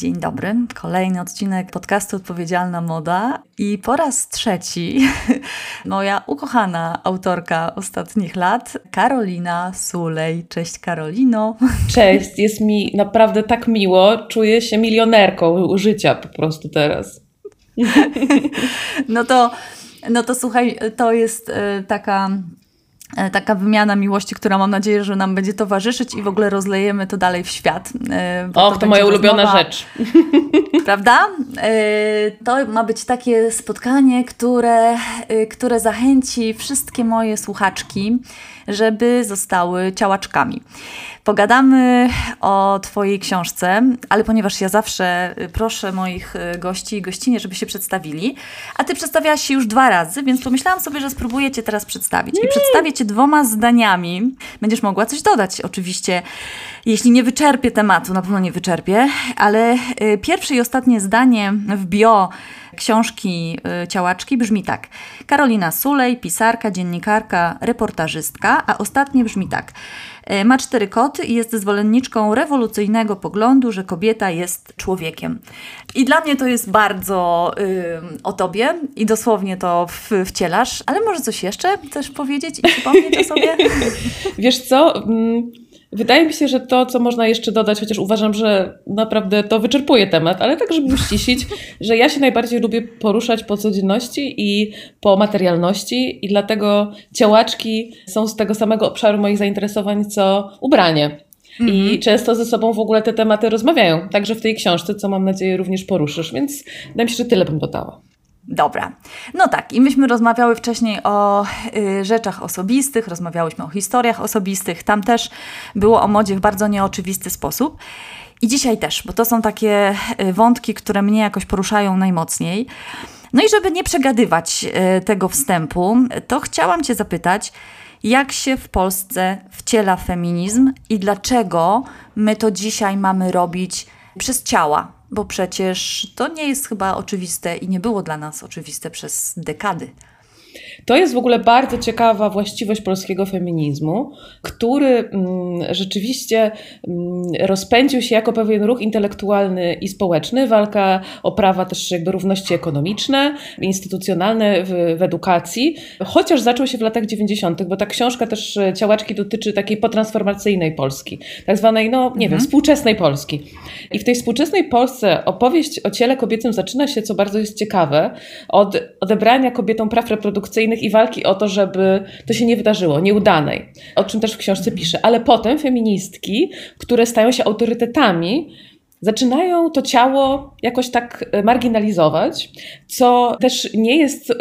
Dzień dobry, kolejny odcinek podcastu Odpowiedzialna Moda i po raz trzeci moja ukochana autorka ostatnich lat, Karolina Sulej. Cześć Karolino. Cześć, jest mi naprawdę tak miło, czuję się milionerką życia po prostu teraz. No to słuchaj, to jest taka wymiana miłości, która mam nadzieję, że nam będzie towarzyszyć i w ogóle rozlejemy to dalej w świat. To moja ulubiona rzecz. Prawda? To ma być takie spotkanie, które zachęci wszystkie moje słuchaczki, żeby zostały ciałaczkami. Pogadamy o Twojej książce, ale ponieważ ja zawsze proszę moich gości i gościnie, żeby się przedstawili, a Ty przedstawiałaś się już 2 razy, więc pomyślałam sobie, że spróbuję Cię teraz przedstawić. I przedstawię Cię 2 zdaniami. Będziesz mogła coś dodać oczywiście, jeśli nie wyczerpię tematu, na pewno nie wyczerpię, ale pierwsze i ostatnie zdanie w bio książki Ciałaczki brzmi tak. Karolina Sulej, pisarka, dziennikarka, reportażystka, a ostatnie brzmi tak. Ma 4 koty i jest zwolenniczką rewolucyjnego poglądu, że kobieta jest człowiekiem. I dla mnie to jest bardzo o Tobie i dosłownie to wcielasz, ale może coś jeszcze chcesz powiedzieć i przypomnieć o sobie? Wiesz co? Wydaje mi się, że to, co można jeszcze dodać, chociaż uważam, że naprawdę to wyczerpuje temat, ale tak, żeby uściślić, że ja się najbardziej lubię poruszać po codzienności i po materialności i dlatego ciałaczki są z tego samego obszaru moich zainteresowań, co ubranie. I często ze sobą w ogóle te tematy rozmawiają, także w tej książce, co mam nadzieję również poruszysz, więc wydaje mi się, że tyle bym dodała. Dobra. No tak, i myśmy rozmawiały wcześniej o rzeczach osobistych, rozmawiałyśmy o historiach osobistych, tam też było o modzie w bardzo nieoczywisty sposób. I dzisiaj też, bo to są takie wątki, które mnie jakoś poruszają najmocniej. No i żeby nie przegadywać tego wstępu, to chciałam Cię zapytać, jak się w Polsce wciela feminizm i dlaczego my to dzisiaj mamy robić przez ciała? Bo przecież to nie jest chyba oczywiste i nie było dla nas oczywiste przez dekady. To jest w ogóle bardzo ciekawa właściwość polskiego feminizmu, który rzeczywiście rozpędził się jako pewien ruch intelektualny i społeczny, walka o prawa też jakby równości ekonomiczne, instytucjonalne w edukacji, chociaż zaczął się w latach 90., bo ta książka też Ciałaczki dotyczy takiej potransformacyjnej Polski, tak zwanej, współczesnej Polski. I w tej współczesnej Polsce opowieść o ciele kobiecym zaczyna się, co bardzo jest ciekawe, od odebrania kobietom praw reprodukcyjnych i walki o to, żeby to się nie wydarzyło, nieudanej, o czym też w książce piszę. Ale potem feministki, które stają się autorytetami, zaczynają to ciało jakoś tak marginalizować, co też nie jest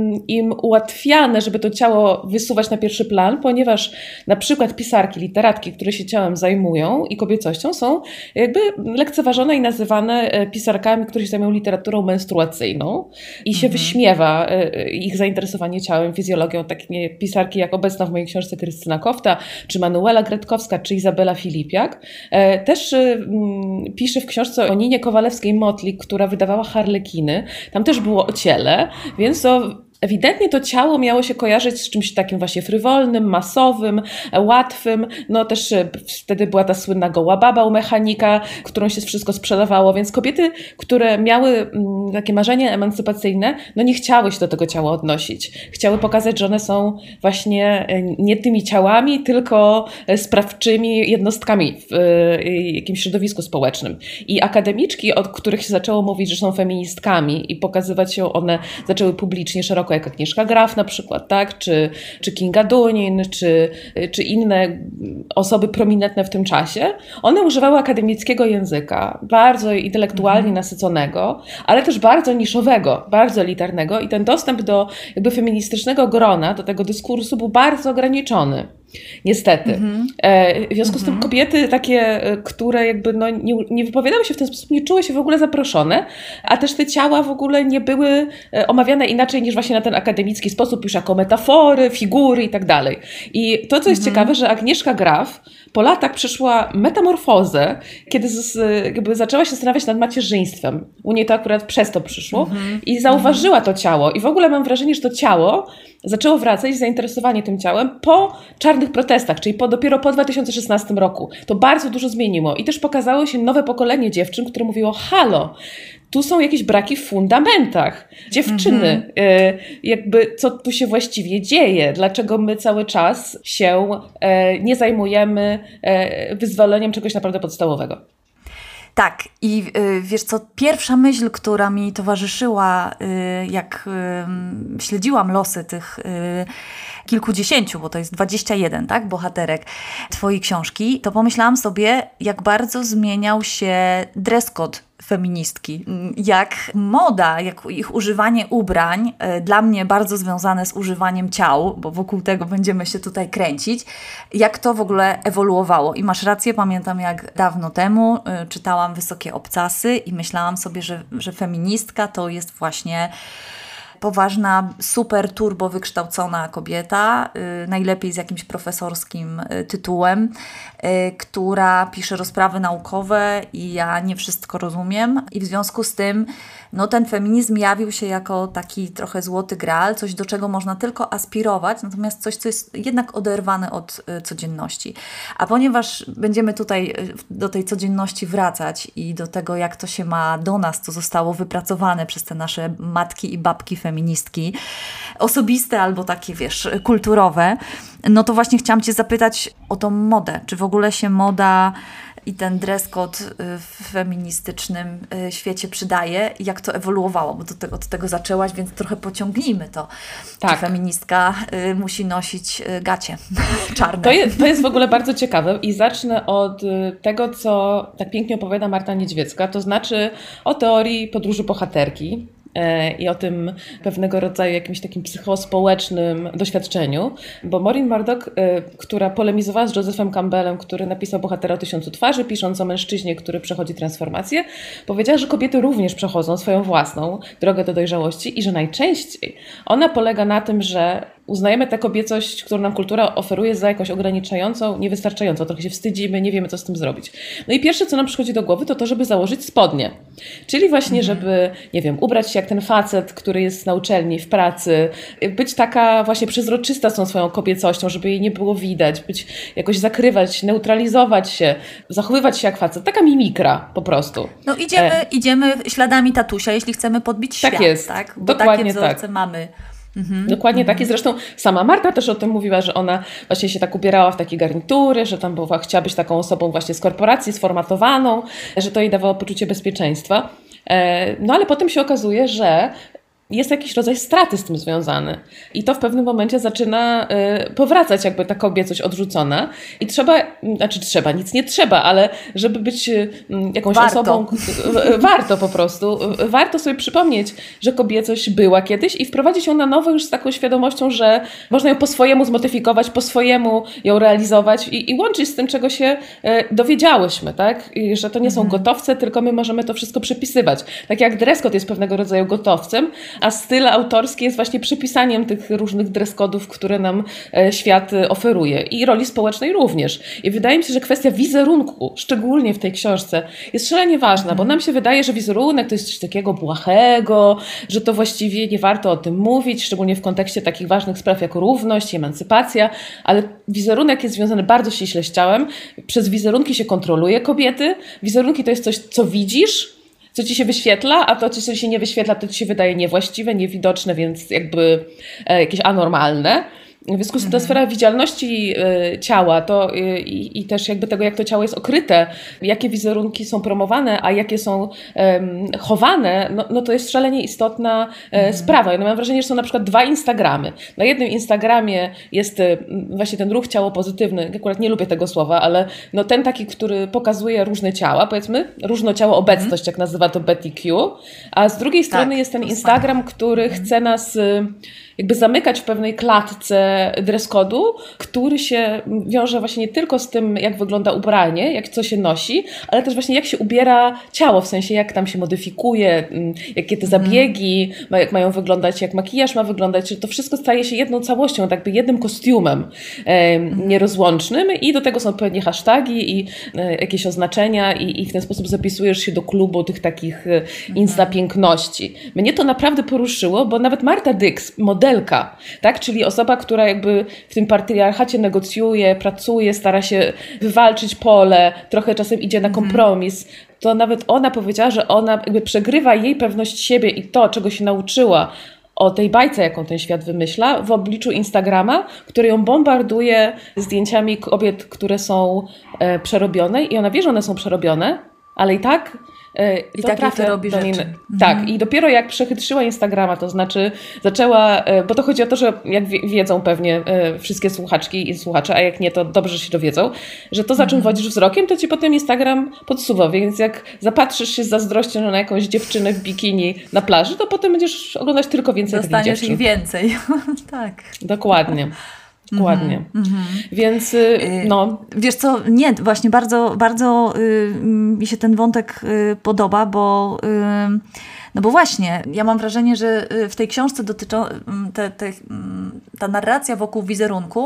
im ułatwiane, żeby to ciało wysuwać na pierwszy plan, ponieważ na przykład pisarki, literatki, które się ciałem zajmują i kobiecością, są jakby lekceważone i nazywane pisarkami, które się zajmują literaturą menstruacyjną i się wyśmiewa ich zainteresowanie ciałem, fizjologią. Takie pisarki jak obecna w mojej książce Krystyna Kofta, czy Manuela Gretkowska, czy Izabela Filipiak. Też pisze w książce o Ninie Kowalewskiej-Motlik, która wydawała Harlekiny. Tam też było o ciele, więc to ewidentnie to ciało miało się kojarzyć z czymś takim właśnie frywolnym, masowym, łatwym. No też wtedy była ta słynna goła baba u mechanika, którą się wszystko sprzedawało, więc kobiety, które miały takie marzenia emancypacyjne, no nie chciały się do tego ciała odnosić. Chciały pokazać, że one są właśnie nie tymi ciałami, tylko sprawczymi jednostkami w jakimś środowisku społecznym. I akademiczki, od których się zaczęło mówić, że są feministkami i pokazywać się one zaczęły publicznie, szeroko, jak Agnieszka Graf na przykład, tak? Czy Kinga Dunin, czy inne osoby prominentne w tym czasie, one używały akademickiego języka, bardzo intelektualnie nasyconego, ale też bardzo niszowego, bardzo elitarnego i ten dostęp do jakby feministycznego grona, do tego dyskursu był bardzo ograniczony. Niestety. W związku z tym kobiety takie, które jakby nie wypowiadały się w ten sposób, nie czuły się w ogóle zaproszone, a też te ciała w ogóle nie były omawiane inaczej niż właśnie na ten akademicki sposób, już jako metafory, figury i tak dalej. I to, co jest ciekawe, że Agnieszka Graf po latach przeszła metamorfozę, kiedy jakby zaczęła się zastanawiać nad macierzyństwem. U niej to akurat przez to przyszło i zauważyła to ciało. I w ogóle mam wrażenie, że to ciało zaczęło wracać, zainteresowanie tym ciałem po Czarnym brutalnych protestach, czyli dopiero po 2016 roku. To bardzo dużo zmieniło i też pokazało się nowe pokolenie dziewczyn, które mówiło: halo, tu są jakieś braki w fundamentach. Dziewczyny, jakby co tu się właściwie dzieje? Dlaczego my cały czas się nie zajmujemy wyzwoleniem czegoś naprawdę podstawowego? Tak, i wiesz co, pierwsza myśl, która mi towarzyszyła, jak śledziłam losy tych kilkudziesięciu, bo to jest 21, tak, bohaterek twojej książki, to pomyślałam sobie, jak bardzo zmieniał się dress code feministki. Jak moda, jak ich używanie ubrań, dla mnie bardzo związane z używaniem ciał, bo wokół tego będziemy się tutaj kręcić, jak to w ogóle ewoluowało. I masz rację, pamiętam jak dawno temu czytałam Wysokie obcasy i myślałam sobie, że feministka to jest właśnie poważna, super turbo wykształcona kobieta, najlepiej z jakimś profesorskim tytułem, która pisze rozprawy naukowe i ja nie wszystko rozumiem i w związku z tym ten feminizm jawił się jako taki trochę złoty graal, coś do czego można tylko aspirować, natomiast coś, co jest jednak oderwane od codzienności. A ponieważ będziemy tutaj do tej codzienności wracać i do tego, jak to się ma do nas, co zostało wypracowane przez te nasze matki i babki feministki, osobiste albo takie, wiesz, kulturowe, no to właśnie chciałam Cię zapytać o tą modę. Czy w ogóle się moda i ten dress code w feministycznym świecie przydaje? Jak to ewoluowało? Bo od tego zaczęłaś, więc trochę pociągnijmy to. Tak. Czy feministka musi nosić gacie czarne? To jest w ogóle bardzo ciekawe i zacznę od tego, co tak pięknie opowiada Marta Niedźwiecka, to znaczy o teorii podróży bohaterki i o tym pewnego rodzaju jakimś takim psychospołecznym doświadczeniu, bo Maureen Murdoch, która polemizowała z Josephem Campbellem, który napisał Bohatera o 1000 twarzy, pisząc o mężczyźnie, który przechodzi transformację, powiedziała, że kobiety również przechodzą swoją własną drogę do dojrzałości i że najczęściej ona polega na tym, że uznajemy tę kobiecość, którą nam kultura oferuje, za jakąś ograniczającą, niewystarczającą. Trochę się wstydzimy, nie wiemy, co z tym zrobić. No i pierwsze, co nam przychodzi do głowy, to żeby założyć spodnie. Czyli właśnie, żeby, nie wiem, ubrać się jak ten facet, który jest na uczelni, w pracy, być taka właśnie przezroczysta z tą swoją kobiecością, żeby jej nie było widać, jakoś zakrywać, neutralizować się, zachowywać się jak facet. Taka mimikra po prostu. No idziemy śladami tatusia, jeśli chcemy podbić świat. Tak jest. Tak? Bo dokładnie takie wzorce mamy. Dokładnie tak. I zresztą sama Marta też o tym mówiła, że ona właśnie się tak ubierała w takie garnitury, że tam chciała być taką osobą właśnie z korporacji, sformatowaną, że to jej dawało poczucie bezpieczeństwa. No ale potem się okazuje, że jest jakiś rodzaj straty z tym związany. I to w pewnym momencie zaczyna powracać jakby ta kobiecość odrzucona. I nic nie trzeba, ale żeby być jakąś osobą, warto po prostu, warto sobie przypomnieć, że kobiecość była kiedyś i wprowadzić ją na nowo już z taką świadomością, że można ją po swojemu zmodyfikować, po swojemu ją realizować i łączyć z tym, czego się dowiedziałyśmy, tak? I że to nie są gotowce, tylko my możemy to wszystko przepisywać. Tak jak dress code jest pewnego rodzaju gotowcem, a styl autorski jest właśnie przypisaniem tych różnych dress code'ów, które nam świat oferuje. I roli społecznej również. I wydaje mi się, że kwestia wizerunku, szczególnie w tej książce, jest szalenie ważna, bo nam się wydaje, że wizerunek to jest coś takiego błahego, że to właściwie nie warto o tym mówić, szczególnie w kontekście takich ważnych spraw jak równość, emancypacja, ale wizerunek jest związany bardzo ściśle z ciałem. Przez wizerunki się kontroluje kobiety. Wizerunki to jest coś, co widzisz, co ci się wyświetla, a to, co się nie wyświetla, to ci się wydaje niewłaściwe, niewidoczne, więc jakby jakieś anormalne. W związku z tym ta sfera widzialności ciała to i też jakby tego, jak to ciało jest okryte, jakie wizerunki są promowane, a jakie są chowane, no to jest szalenie istotna sprawa. Ja mam wrażenie, że są na przykład 2 Instagramy. Na jednym Instagramie jest właśnie ten ruch ciało pozytywny, akurat nie lubię tego słowa, ale no ten taki, który pokazuje różne ciała, powiedzmy, różnociało obecność, jak nazywa to Betty Q, a z drugiej strony jest ten Instagram, który chce nas jakby zamykać w pewnej klatce dress code'u, który się wiąże właśnie nie tylko z tym, jak wygląda ubranie, jak co się nosi, ale też właśnie jak się ubiera ciało, w sensie jak tam się modyfikuje, jakie te zabiegi, jak mają wyglądać, jak makijaż ma wyglądać, że to wszystko staje się jedną całością, jakby jednym kostiumem nierozłącznym i do tego są odpowiednie hasztagi i jakieś oznaczenia i w ten sposób zapisujesz się do klubu tych takich insta piękności. Mnie to naprawdę poruszyło, bo nawet Marta Dix, modelka, tak? Czyli osoba, która która jakby w tym patriarchacie negocjuje, pracuje, stara się wywalczyć pole, trochę czasem idzie na kompromis, to nawet ona powiedziała, że ona jakby przegrywa jej pewność siebie i to, czego się nauczyła o tej bajce, jaką ten świat wymyśla, w obliczu Instagrama, który ją bombarduje zdjęciami kobiet, które są przerobione i ona wie, że one są przerobione, ale i tak i tak to robi rzeczy. Tak, i dopiero jak przechytrzyła Instagrama, to znaczy zaczęła, bo to chodzi o to, że jak wiedzą pewnie wszystkie słuchaczki i słuchacze, a jak nie, to dobrze się dowiedzą, że to, za czym wodzisz wzrokiem, to ci potem Instagram podsuwa, więc jak zapatrzysz się z zazdrością na jakąś dziewczynę w bikini na plaży, to potem będziesz oglądać tylko więcej takich dziewczyn. Dostaniesz ich więcej. Tak. Dokładnie. Dokładnie. Więc no. Wiesz co, nie, właśnie bardzo mi się ten wątek podoba, bo no bo właśnie, ja mam wrażenie, że w tej książce ta narracja wokół wizerunku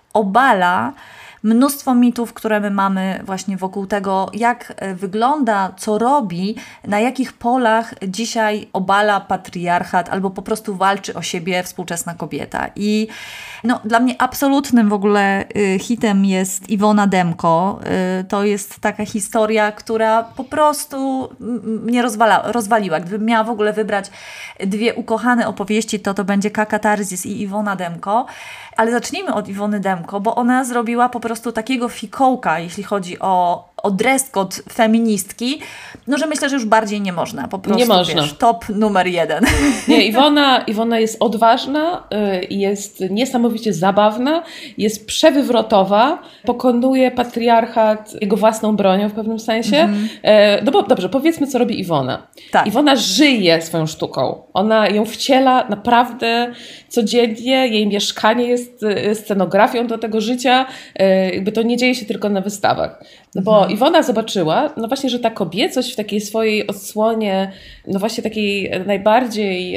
obala mnóstwo mitów, które my mamy właśnie wokół tego, jak wygląda, co robi, na jakich polach dzisiaj obala patriarchat albo po prostu walczy o siebie współczesna kobieta. I no, dla mnie absolutnym w ogóle hitem jest Iwona Demko. To jest taka historia, która po prostu mnie rozwaliła. Gdybym miała w ogóle wybrać dwie ukochane opowieści, to będzie Kakatarzis i Iwona Demko. Ale zacznijmy od Iwony Demko, bo ona zrobiła po prostu takiego fikołka, jeśli chodzi o dress code feministki, no że myślę, że już bardziej nie można. Po prostu, nie można. Wiesz, top numer 1. Nie, Iwona jest odważna, jest niesamowicie zabawna, jest przewywrotowa, pokonuje patriarchat jego własną bronią w pewnym sensie. No bo dobrze, powiedzmy, co robi Iwona. Tak. Iwona żyje swoją sztuką. Ona ją wciela naprawdę codziennie, jej mieszkanie jest scenografią do tego życia. Jakby to nie dzieje się tylko na wystawach. No bo Iwona zobaczyła, no właśnie, że ta kobiecość w takiej swojej odsłonie, no właśnie takiej najbardziej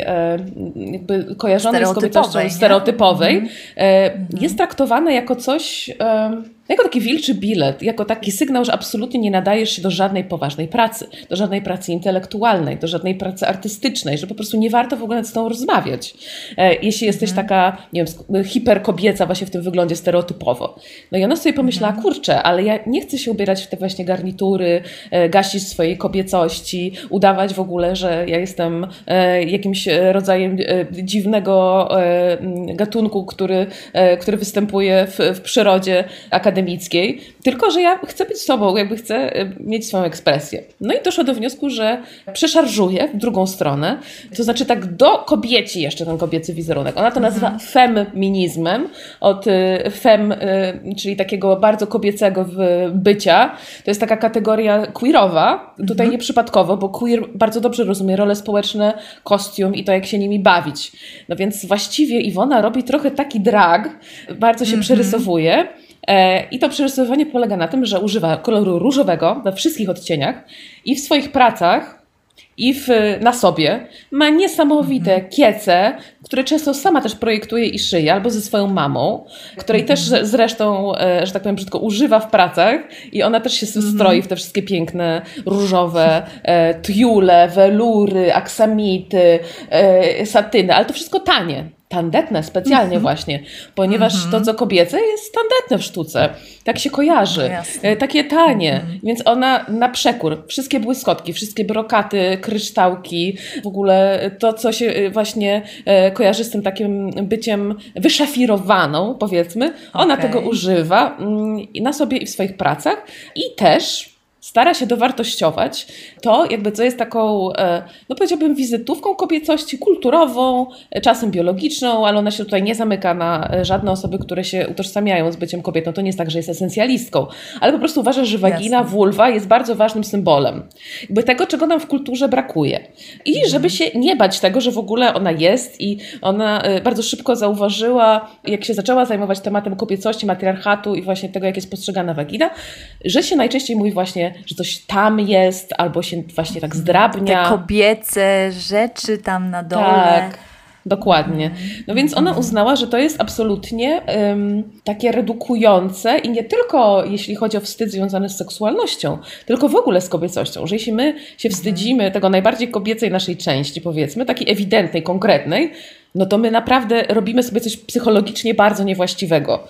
jakby kojarzonej z kobiecością stereotypowej, jest traktowana jako coś, jako taki wilczy bilet, jako taki sygnał, że absolutnie nie nadajesz się do żadnej poważnej pracy, do żadnej pracy intelektualnej, do żadnej pracy artystycznej, że po prostu nie warto w ogóle z tą rozmawiać, jeśli jesteś taka, nie wiem, hiperkobieca właśnie w tym wyglądzie stereotypowo. No i ona sobie pomyślała, kurczę, ale ja nie chcę się ubierać w te właśnie garnitury, gasić swojej kobiecości, udawać w ogóle, że ja jestem jakimś rodzajem dziwnego gatunku, który występuje w przyrodzie akademickiej, tylko że ja chcę być sobą, jakby chcę mieć swoją ekspresję. No i doszła do wniosku, że przeszarżuje w drugą stronę, to znaczy tak dokobieci jeszcze ten kobiecy wizerunek. Ona to nazywa feminizmem, od fem, czyli takiego bardzo kobiecego bycia. To jest taka kategoria queerowa, tutaj nieprzypadkowo, bo queer bardzo dobrze rozumie role społeczne, kostium i to, jak się nimi bawić. No więc właściwie Iwona robi trochę taki drag, bardzo się przerysowuje. I to przerysowywanie polega na tym, że używa koloru różowego we wszystkich odcieniach i w swoich pracach, i na sobie. Ma niesamowite kiece, które często sama też projektuje i szyje, albo ze swoją mamą, której też zresztą, że tak powiem brzydko, używa w pracach i ona też się stroi w te wszystkie piękne, różowe tiule, welury, aksamity, satyny, ale to wszystko tanie. Tandetne specjalnie właśnie, ponieważ to, co kobiece, jest tandetne w sztuce. Tak się kojarzy. Takie tanie. Więc ona na przekór, wszystkie błyskotki, wszystkie brokaty, kryształki, w ogóle to, co się właśnie kojarzy z tym takim byciem wyszafirowaną, powiedzmy, ona tego używa na sobie i w swoich pracach i też stara się dowartościować to, jakby co jest taką, no powiedziałbym, wizytówką kobiecości kulturową, czasem biologiczną, ale ona się tutaj nie zamyka na żadne osoby, które się utożsamiają z byciem kobietą. To nie jest tak, że jest esencjalistką, ale po prostu uważa, że wagina, vulwa jest bardzo ważnym symbolem. Jakby tego, czego nam w kulturze brakuje. I żeby się nie bać tego, że w ogóle ona jest i ona bardzo szybko zauważyła, jak się zaczęła zajmować tematem kobiecości, matriarchatu i właśnie tego, jak jest postrzegana wagina, że się najczęściej mówi właśnie, że coś tam jest, albo się właśnie tak zdrabnia. Te kobiece rzeczy tam na dole. Tak, dokładnie. No więc ona uznała, że to jest absolutnie takie redukujące i nie tylko jeśli chodzi o wstyd związany z seksualnością, tylko w ogóle z kobiecością, że jeśli my się wstydzimy tego najbardziej kobiecej naszej części, powiedzmy, takiej ewidentnej, konkretnej, no to my naprawdę robimy sobie coś psychologicznie bardzo niewłaściwego.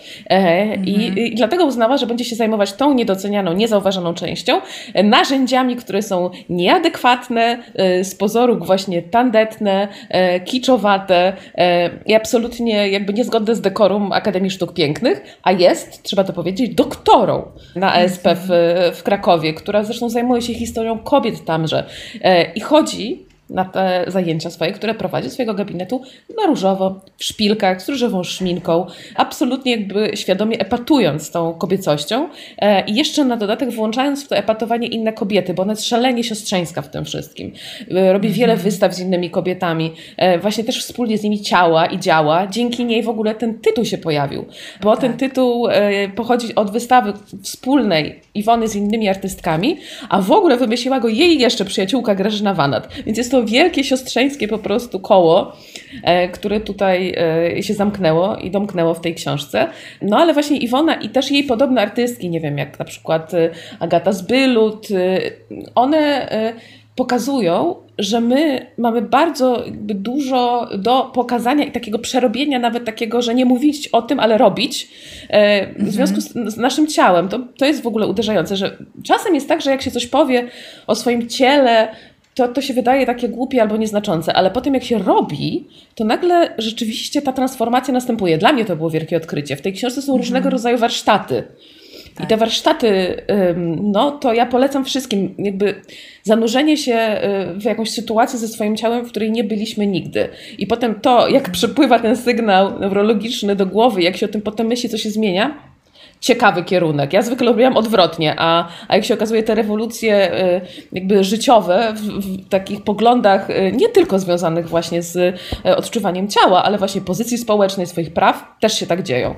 I dlatego uznała, że będzie się zajmować tą niedocenianą, niezauważoną częścią, narzędziami, które są nieadekwatne, z pozoru właśnie tandetne, kiczowate i absolutnie jakby niezgodne z dekorum Akademii Sztuk Pięknych, a jest, trzeba to powiedzieć, doktorą na ASP w Krakowie, która zresztą zajmuje się historią kobiet tamże i chodzi na te zajęcia swoje, które prowadzi swojego gabinetu na różowo, w szpilkach, z różową szminką, absolutnie jakby świadomie epatując tą kobiecością i jeszcze na dodatek włączając w to epatowanie inne kobiety, bo ona jest szalenie siostrzeńska w tym wszystkim. Robi wiele wystaw z innymi kobietami, właśnie też wspólnie z nimi działa. Dzięki niej w ogóle ten tytuł się pojawił, bo ten tytuł pochodzi od wystawy wspólnej Iwony z innymi artystkami, a w ogóle wymyśliła go jej jeszcze przyjaciółka Grażyna Wanat. Więc jest to wielkie siostrzeńskie po prostu koło, które tutaj się zamknęło i domknęło w tej książce. No ale właśnie Iwona i też jej podobne artystki, nie wiem, jak na przykład Agata Zbylut, one pokazują, że my mamy bardzo dużo do pokazania i takiego przerobienia, nawet takiego, że nie mówić o tym, ale robić w związku z naszym ciałem. To jest w ogóle uderzające, że czasem jest tak, że jak się coś powie o swoim ciele, to się wydaje takie głupie albo nieznaczące, ale potem jak się robi, to nagle rzeczywiście ta transformacja następuje. Dla mnie to było wielkie odkrycie. W tej książce są różnego rodzaju warsztaty. I te warsztaty, no to ja polecam wszystkim, jakby zanurzenie się w jakąś sytuację ze swoim ciałem, w której nie byliśmy nigdy. I potem to, jak przepływa ten sygnał neurologiczny do głowy, jak się o tym potem myśli, co się zmienia, ciekawy kierunek. Ja zwykle robiłam odwrotnie, a jak się okazuje, te rewolucje jakby życiowe w takich poglądach nie tylko związanych właśnie z odczuwaniem ciała, ale właśnie pozycji społecznej, swoich praw, też się tak dzieją.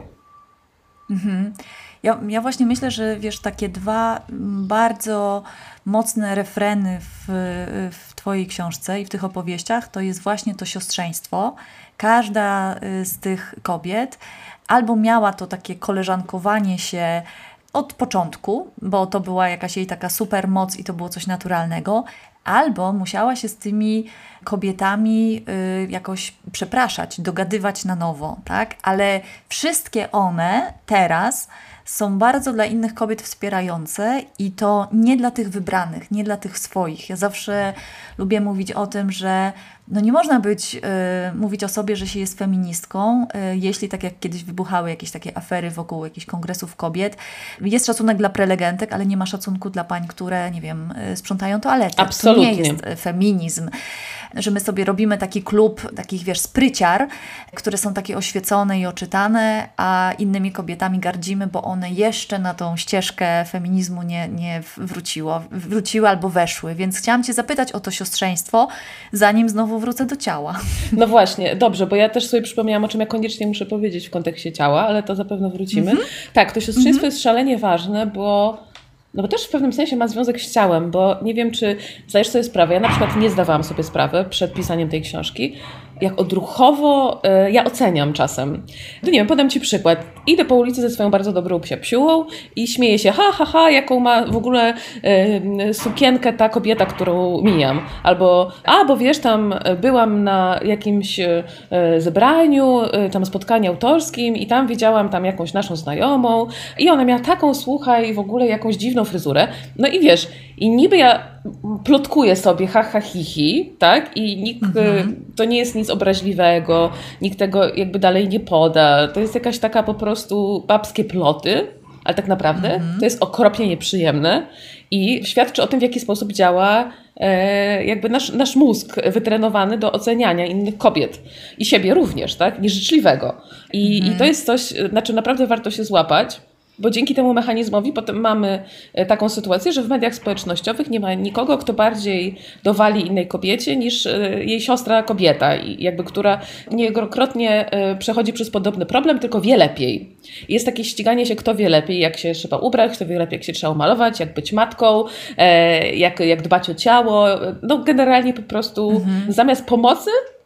Ja właśnie myślę, że wiesz, takie dwa bardzo mocne refreny w Twojej książce i w tych opowieściach, to jest właśnie to siostrzeństwo. Każda z tych kobiet albo miała to takie koleżankowanie się od początku, bo to była jakaś jej taka super moc i to było coś naturalnego, albo musiała się z tymi kobietami jakoś przepraszać, dogadywać na nowo, tak? Ale wszystkie one teraz są bardzo dla innych kobiet wspierające i to nie dla tych wybranych, nie dla tych swoich. Ja zawsze lubię mówić o tym, że no nie można mówić o sobie, że się jest feministką, jeśli tak jak kiedyś wybuchały jakieś takie afery wokół jakichś kongresów kobiet. Jest szacunek dla prelegentek, ale nie ma szacunku dla pań, które, nie wiem, sprzątają toalety. Absolutnie. To nie jest feminizm. Że my sobie robimy taki klub takich, wiesz, spryciar, które są takie oświecone i oczytane, a innymi kobietami gardzimy, bo one jeszcze na tą ścieżkę feminizmu nie wróciły albo weszły. Więc chciałam Cię zapytać o to siostrzeństwo, zanim znowu wrócę do ciała. No właśnie, dobrze, bo ja też sobie przypomniałam, o czym ja koniecznie muszę powiedzieć w kontekście ciała, ale to zapewne wrócimy. Tak, to siostrzeństwo jest szalenie ważne, bo też w pewnym sensie ma związek z ciałem, bo nie wiem, czy zdajesz sobie sprawę, ja na przykład nie zdawałam sobie sprawy przed pisaniem tej książki, jak odruchowo ja oceniam czasem. No nie wiem, podam Ci przykład. Idę po ulicy ze swoją bardzo dobrą psiapsiłą i śmieję się, jaką ma w ogóle sukienkę ta kobieta, którą mijam. Albo, bo wiesz, tam byłam na jakimś zebraniu, tam spotkaniu autorskim i tam widziałam tam jakąś naszą znajomą i ona miała taką, słuchaj, w ogóle jakąś dziwną fryzurę. No i wiesz, i niby ja plotkuję sobie hi, tak? I to nie jest nic obraźliwego, nikt tego jakby dalej nie poda. To jest jakaś taka po prostu babskie ploty, ale tak naprawdę to jest okropnie nieprzyjemne i świadczy o tym, w jaki sposób działa jakby nasz mózg wytrenowany do oceniania innych kobiet i siebie również, tak? Nieżyczliwego. I to jest coś, na czym naprawdę warto się złapać. Bo dzięki temu mechanizmowi potem mamy taką sytuację, że w mediach społecznościowych nie ma nikogo, kto bardziej dowali innej kobiecie niż jej siostra kobieta, i jakby która niejednokrotnie przechodzi przez podobny problem, tylko wie lepiej. Jest takie ściganie się, kto wie lepiej, jak się trzeba ubrać, kto wie lepiej, jak się trzeba umalować, jak być matką, jak dbać o ciało. No generalnie po prostu zamiast pomocy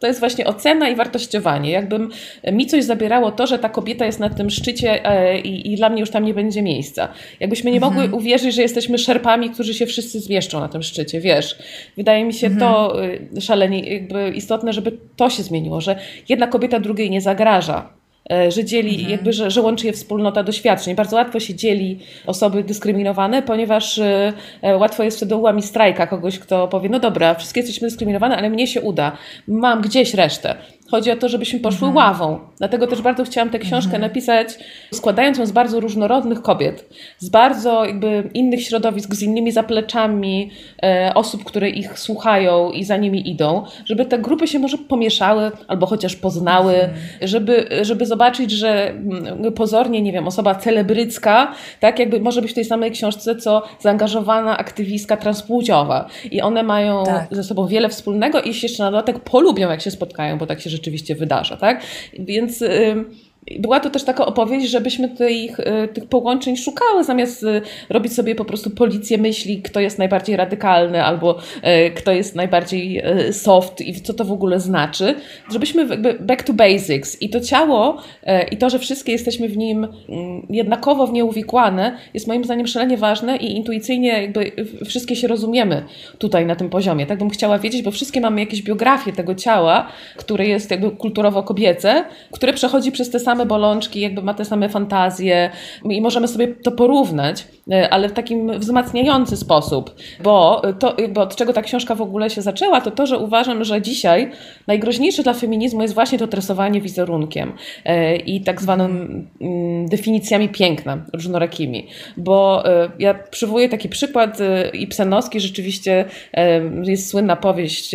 to jest właśnie ocena i wartościowanie. Jakbym mi coś zabierało to, że ta kobieta jest na tym szczycie i dla mnie już tam nie będzie miejsca. Jakbyśmy nie mogły uwierzyć, że jesteśmy szerpami, którzy się wszyscy zmieszczą na tym szczycie, wiesz. Wydaje mi się to szalenie jakby istotne, żeby to się zmieniło, że jedna kobieta drugiej nie zagraża. Że dzieli, jakby, że łączy je wspólnota doświadczeń. Bardzo łatwo się dzieli osoby dyskryminowane, ponieważ łatwo jest wtedy ułamić strajka kogoś, kto powie, no dobra, wszystkie jesteśmy dyskryminowane, ale mnie się uda. Mam gdzieś resztę. Chodzi o to, żebyśmy poszły ławą. Dlatego też bardzo chciałam tę książkę napisać, składając ją z bardzo różnorodnych kobiet, z bardzo jakby innych środowisk, z innymi zapleczami osób, które ich słuchają i za nimi idą, żeby te grupy się może pomieszały albo chociaż poznały, żeby zobaczyć, że pozornie, nie wiem, osoba celebrycka, tak jakby może być w tej samej książce, co zaangażowana aktywistka transpłciowa. I one mają ze sobą wiele wspólnego i się jeszcze na dodatek polubią, jak się spotkają, bo tak się rzeczywiście wydarza, tak? Więc była to też taka opowieść, żebyśmy tych połączeń szukały, zamiast robić sobie po prostu policję myśli, kto jest najbardziej radykalny albo kto jest najbardziej soft i co to w ogóle znaczy. Żebyśmy jakby back to basics i to ciało i to, że wszystkie jesteśmy w nim jednakowo w nie uwikłane, jest moim zdaniem szalenie ważne i intuicyjnie jakby wszystkie się rozumiemy tutaj na tym poziomie. Tak bym chciała wiedzieć, bo wszystkie mamy jakieś biografie tego ciała, które jest jakby kulturowo kobiece, które przechodzi przez te same bolączki, jakby ma te same fantazje i możemy sobie to porównać, ale w takim wzmacniający sposób, bo od czego ta książka w ogóle się zaczęła, to, że uważam, że dzisiaj najgroźniejsze dla feminizmu jest właśnie to tresowanie wizerunkiem i tak zwanym definicjami piękna różnorakimi, bo ja przywołuję taki przykład Ibsenowski, rzeczywiście jest słynna powieść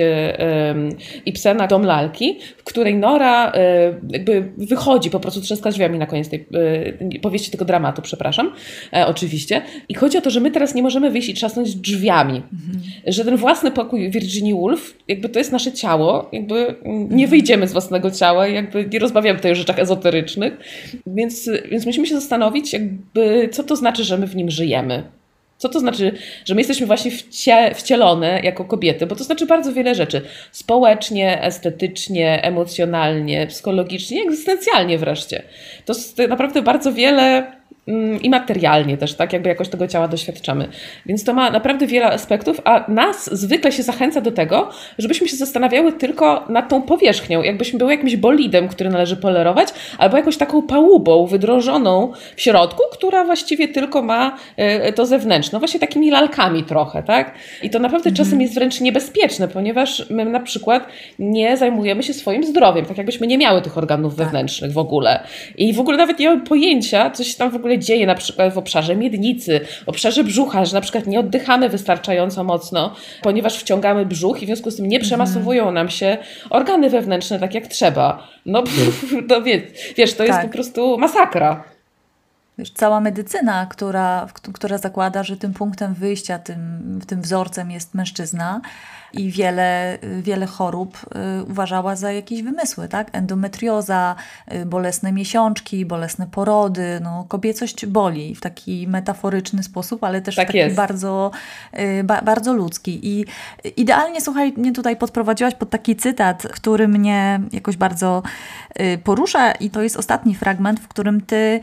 Ibsena Dom lalki, w której Nora jakby wychodzi po prostu trzaska drzwiami na koniec tej powieści, tego dramatu, przepraszam, oczywiście. I chodzi o to, że my teraz nie możemy wyjść i trzasnąć drzwiami. Że ten własny pokój Virginia Woolf, jakby to jest nasze ciało, jakby nie wyjdziemy z własnego ciała, jakby nie rozmawiamy tutaj o rzeczach ezoterycznych, więc musimy się zastanowić, jakby co to znaczy, że my w nim żyjemy. Co to znaczy, że my jesteśmy właśnie wcielone jako kobiety? Bo to znaczy bardzo wiele rzeczy. Społecznie, estetycznie, emocjonalnie, psychologicznie, egzystencjalnie wreszcie. To jest naprawdę bardzo wiele i materialnie też, tak? Jakby jakoś tego ciała doświadczamy. Więc to ma naprawdę wiele aspektów, a nas zwykle się zachęca do tego, żebyśmy się zastanawiały tylko nad tą powierzchnią. Jakbyśmy były jakimś bolidem, który należy polerować, albo jakąś taką pałubą wydrążoną w środku, która właściwie tylko ma to zewnętrzne. No właśnie takimi lalkami trochę, tak? I to naprawdę czasem jest wręcz niebezpieczne, ponieważ my na przykład nie zajmujemy się swoim zdrowiem, tak jakbyśmy nie miały tych organów wewnętrznych w ogóle. I w ogóle nawet nie mamy pojęcia, co się tam w ogóle dzieje na przykład w obszarze miednicy, w obszarze brzucha, że na przykład nie oddychamy wystarczająco mocno, ponieważ wciągamy brzuch i w związku z tym nie przemasowują nam się organy wewnętrzne tak jak trzeba. No wiesz, to jest po prostu masakra. Wiesz, cała medycyna, która zakłada, że tym punktem wyjścia, tym wzorcem jest mężczyzna i wiele chorób uważała za jakieś wymysły, tak? Endometrioza, bolesne miesiączki, bolesne porody, no kobiecość boli w taki metaforyczny sposób, ale też tak w taki bardzo, bardzo ludzki. I idealnie, słuchaj, mnie tutaj podprowadziłaś pod taki cytat, który mnie jakoś bardzo porusza i to jest ostatni fragment, w którym ty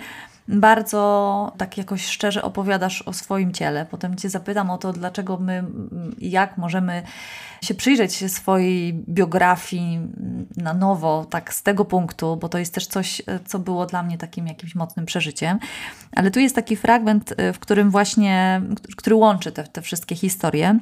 bardzo tak jakoś szczerze opowiadasz o swoim ciele. Potem cię zapytam o to, dlaczego jak możemy się przyjrzeć swojej biografii na nowo, tak z tego punktu, bo to jest też coś, co było dla mnie takim jakimś mocnym przeżyciem. Ale tu jest taki fragment, w którym właśnie, który łączy te wszystkie historie.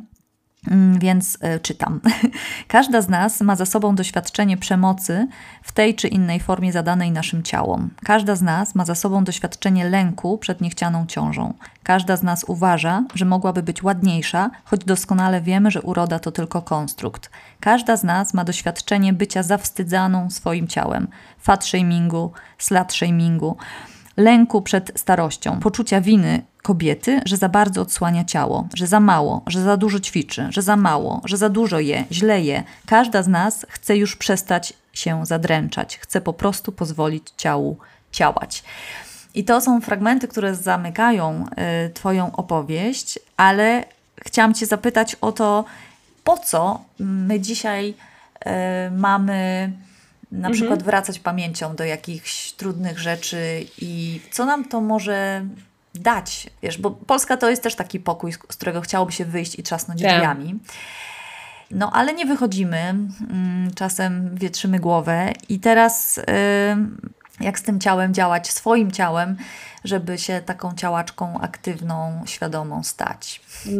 Więc czytam. Każda z nas ma za sobą doświadczenie przemocy w tej czy innej formie zadanej naszym ciałom. Każda z nas ma za sobą doświadczenie lęku przed niechcianą ciążą. Każda z nas uważa, że mogłaby być ładniejsza, choć doskonale wiemy, że uroda to tylko konstrukt. Każda z nas ma doświadczenie bycia zawstydzaną swoim ciałem, fat shamingu, slut shamingu, lęku przed starością, poczucia winy kobiety, że za bardzo odsłania ciało, że za mało, że za dużo ćwiczy, że za mało, że za dużo je, źle je. Każda z nas chce już przestać się zadręczać, chce po prostu pozwolić ciału działać. I to są fragmenty, które zamykają twoją opowieść, ale chciałam cię zapytać o to, po co my dzisiaj mamy na przykład wracać pamięcią do jakichś trudnych rzeczy i co nam to może dać, wiesz, bo Polska to jest też taki pokój, z którego chciałoby się wyjść i trzasnąć drzwiami. No, ale nie wychodzimy, czasem wietrzymy głowę i teraz jak z tym ciałem działać, swoim ciałem, żeby się taką działaczką aktywną, świadomą stać.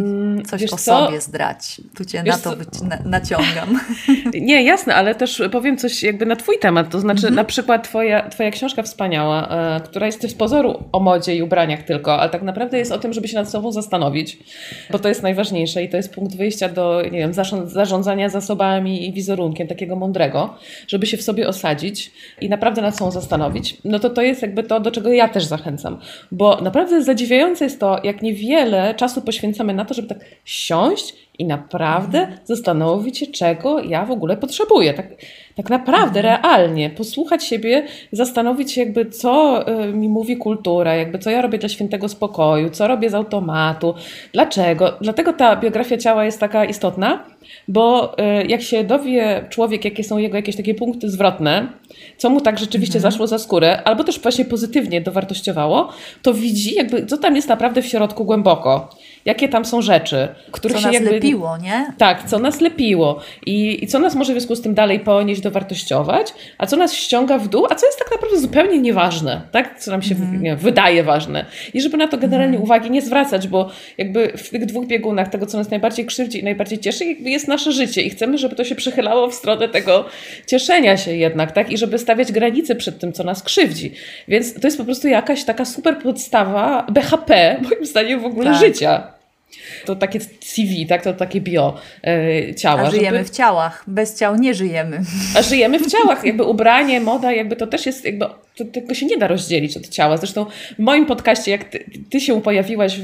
Coś o sobie zdrać. Tu Cię na to naciągam. Nie, jasne, ale też powiem coś jakby na Twój temat. To znaczy na przykład Twoja książka wspaniała, która jest z pozoru o modzie i ubraniach tylko, ale tak naprawdę jest o tym, żeby się nad sobą zastanowić, bo to jest najważniejsze i to jest punkt wyjścia do, nie wiem, zarządzania zasobami i wizerunkiem takiego mądrego, żeby się w sobie osadzić i naprawdę nad sobą zastanowić. No to jest jakby to, do czego ja też zachęcam. Bo naprawdę zadziwiające jest to, jak niewiele czasu poświęcamy na to, żeby tak siąść i naprawdę zastanowić się, czego ja w ogóle potrzebuję. Tak naprawdę, realnie. Posłuchać siebie, zastanowić się jakby, co mi mówi kultura, jakby co ja robię dla świętego spokoju, co robię z automatu, dlaczego. Dlatego ta biografia ciała jest taka istotna, bo jak się dowie człowiek, jakie są jego jakieś takie punkty zwrotne, co mu tak rzeczywiście zaszło za skórę, albo też właśnie pozytywnie dowartościowało, to widzi jakby, co tam jest naprawdę w środku głęboko. Jakie tam są rzeczy, których co się nas jakby... lepiło, nie? Tak, co nas lepiło i co nas może w związku z tym dalej ponieść, dowartościować, a co nas ściąga w dół, a co jest tak naprawdę zupełnie nieważne, tak? Co nam się wydaje ważne. I żeby na to generalnie uwagi nie zwracać, bo jakby w tych dwóch biegunach tego, co nas najbardziej krzywdzi i najbardziej cieszy, jakby jest nasze życie i chcemy, żeby to się przychylało w stronę tego cieszenia się jednak, tak? I żeby stawiać granice przed tym, co nas krzywdzi. Więc to jest po prostu jakaś taka super podstawa BHP, moim zdaniem w ogóle życia. To takie CV, tak? To takie bio ciała. A żyjemy w ciałach. Bez ciał nie żyjemy. A żyjemy w ciałach. Jakby ubranie, moda, jakby to też jest jakby... Tego się nie da rozdzielić od ciała. Zresztą w moim podcaście, jak ty się pojawiłaś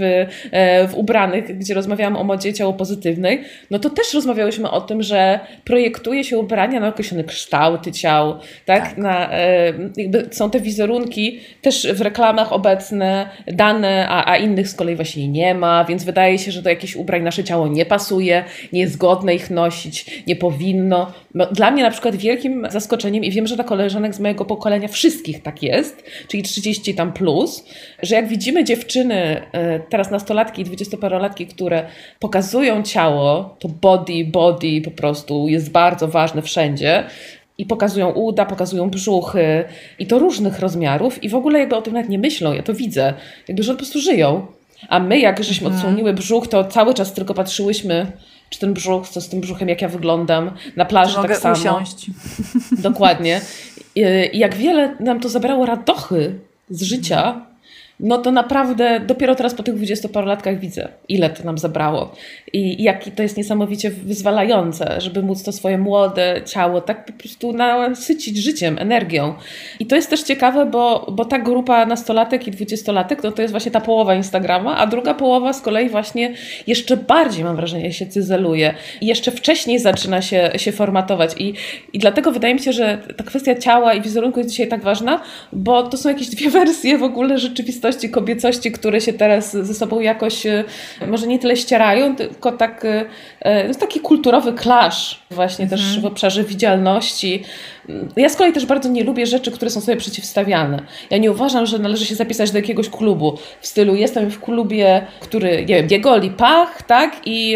w Ubranych, gdzie rozmawiałam o modzie ciało pozytywnej, no to też rozmawiałyśmy o tym, że projektuje się ubrania na określone kształty ciał, tak? Jakby są te wizerunki też w reklamach obecne, dane, a innych z kolei właśnie nie ma, więc wydaje się, że do jakichś ubrań nasze ciało nie pasuje, nie jest godne ich nosić, nie powinno. No, dla mnie na przykład wielkim zaskoczeniem i wiem, że dla koleżanek z mojego pokolenia wszystkich tak jest, czyli 30 tam plus, że jak widzimy dziewczyny, teraz nastolatki i 20-parolatki, które pokazują ciało, to body po prostu jest bardzo ważne wszędzie i pokazują uda, pokazują brzuchy i to różnych rozmiarów i w ogóle jakby o tym nawet nie myślą, ja to widzę, jakby, że po prostu żyją. A my, jak żeśmy odsłoniły brzuch, to cały czas tylko patrzyłyśmy, czy ten brzuch, co z tym brzuchem, jak ja wyglądam, na plaży tak samo. Usiąść. Dokładnie. I jak wiele nam to zabrało radochy z życia, no to naprawdę dopiero teraz po tych 20-parolatkach widzę, ile to nam zabrało. I jakie to jest niesamowicie wyzwalające, żeby móc to swoje młode ciało tak po prostu nasycić życiem, energią. I to jest też ciekawe, bo ta grupa nastolatek i 20-latek, no to jest właśnie ta połowa Instagrama, a druga połowa z kolei właśnie jeszcze bardziej, mam wrażenie, się cyzeluje. I jeszcze wcześniej zaczyna się formatować. I dlatego wydaje mi się, że ta kwestia ciała i wizerunku jest dzisiaj tak ważna, bo to są jakieś dwie wersje w ogóle rzeczywistości, kobiecości, które się teraz ze sobą jakoś może nie tyle ścierają, tylko tak, jest taki kulturowy clash właśnie też w obszarze widzialności. Ja z kolei też bardzo nie lubię rzeczy, które są sobie przeciwstawiane. Ja nie uważam, że należy się zapisać do jakiegoś klubu w stylu jestem w klubie, który, nie wiem, nie goli pach, tak?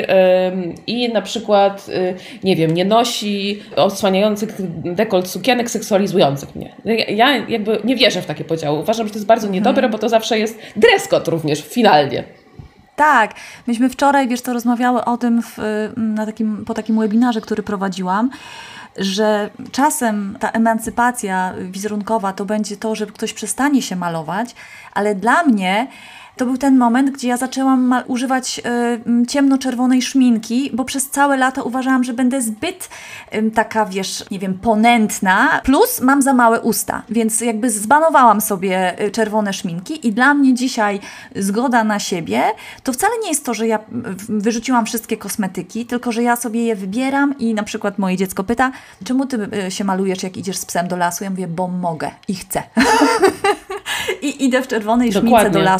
I na przykład, nie wiem, nie nosi odsłaniających dekolt sukienek seksualizujących mnie. Ja jakby nie wierzę w takie podziały. Uważam, że to jest bardzo niedobre, bo to zawsze jest dress code również finalnie. Tak, myśmy wczoraj, wiesz, to rozmawiały o tym po takim webinarze, który prowadziłam, że czasem ta emancypacja wizerunkowa to będzie to, że ktoś przestanie się malować, ale dla mnie to był ten moment, gdzie ja zaczęłam używać ciemnoczerwonej szminki, bo przez całe lata uważałam, że będę zbyt taka, wiesz, nie wiem, ponętna, plus mam za małe usta, więc jakby zbanowałam sobie czerwone szminki i dla mnie dzisiaj zgoda na siebie to wcale nie jest to, że ja wyrzuciłam wszystkie kosmetyki, tylko że ja sobie je wybieram i na przykład moje dziecko pyta, czemu ty się malujesz, jak idziesz z psem do lasu? Ja mówię, bo mogę i chcę. I idę w czerwonej szmince do lasu,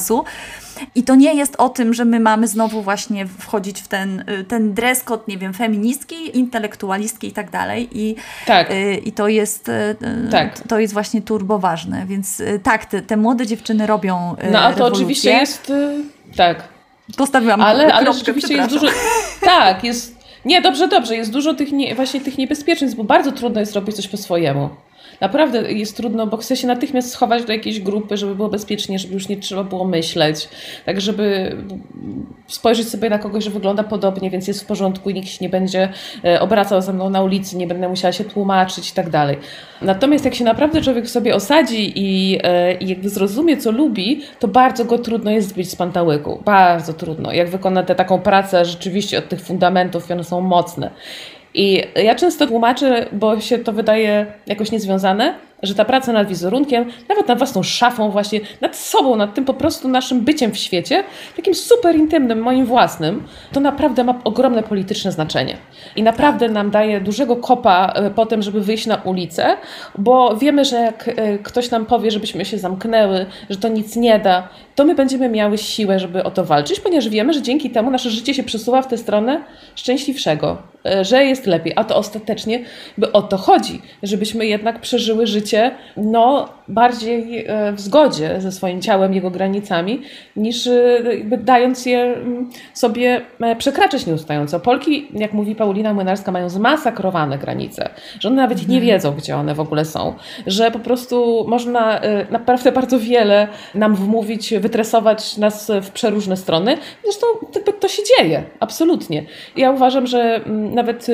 I to nie jest o tym, że my mamy znowu właśnie wchodzić w ten dress code, nie wiem, feministki, intelektualistki i tak dalej. I to jest to jest właśnie turbo ważne. Więc tak, te młode dziewczyny robią No a to rewolucję. oczywiście jest... tak. Postawiłam ale rzeczywiście jest dużo... Tak, jest... Nie, dobrze. Jest dużo tych niebezpieczeństw, bo bardzo trudno jest robić coś po swojemu. Naprawdę jest trudno, bo chce się natychmiast schować do jakiejś grupy, żeby było bezpiecznie, żeby już nie trzeba było myśleć. Tak, żeby spojrzeć sobie na kogoś, że wygląda podobnie, więc jest w porządku i nikt się nie będzie obracał ze mną na ulicy, nie będę musiała się tłumaczyć i tak dalej. Natomiast jak się naprawdę człowiek sobie osadzi i jakby zrozumie, co lubi, to bardzo go trudno jest zbić z pantałyku. Bardzo trudno. Jak wykona taką pracę rzeczywiście od tych fundamentów i one są mocne. I ja często tłumaczę, bo się to wydaje jakoś niezwiązane, że ta praca nad wizerunkiem, nawet nad własną szafą właśnie, nad sobą, nad tym po prostu naszym byciem w świecie, takim super intymnym, moim własnym, to naprawdę ma ogromne polityczne znaczenie. I naprawdę nam daje dużego kopa po tym, żeby wyjść na ulicę, bo wiemy, że jak ktoś nam powie, żebyśmy się zamknęły, że to nic nie da, to my będziemy miały siłę, żeby o to walczyć, ponieważ wiemy, że dzięki temu nasze życie się przesuwa w tę stronę szczęśliwszego, że jest lepiej. A to ostatecznie o to chodzi, żebyśmy jednak przeżyły życie bardziej w zgodzie ze swoim ciałem, jego granicami, niż dając je sobie przekraczać nieustająco. Polki, jak mówi Paulina Młynarska, mają zmasakrowane granice, że one nawet nie wiedzą, gdzie one w ogóle są, że po prostu można naprawdę bardzo wiele nam wmówić, wytresować nas w przeróżne strony. Zresztą to się dzieje, absolutnie. Ja uważam, że nawet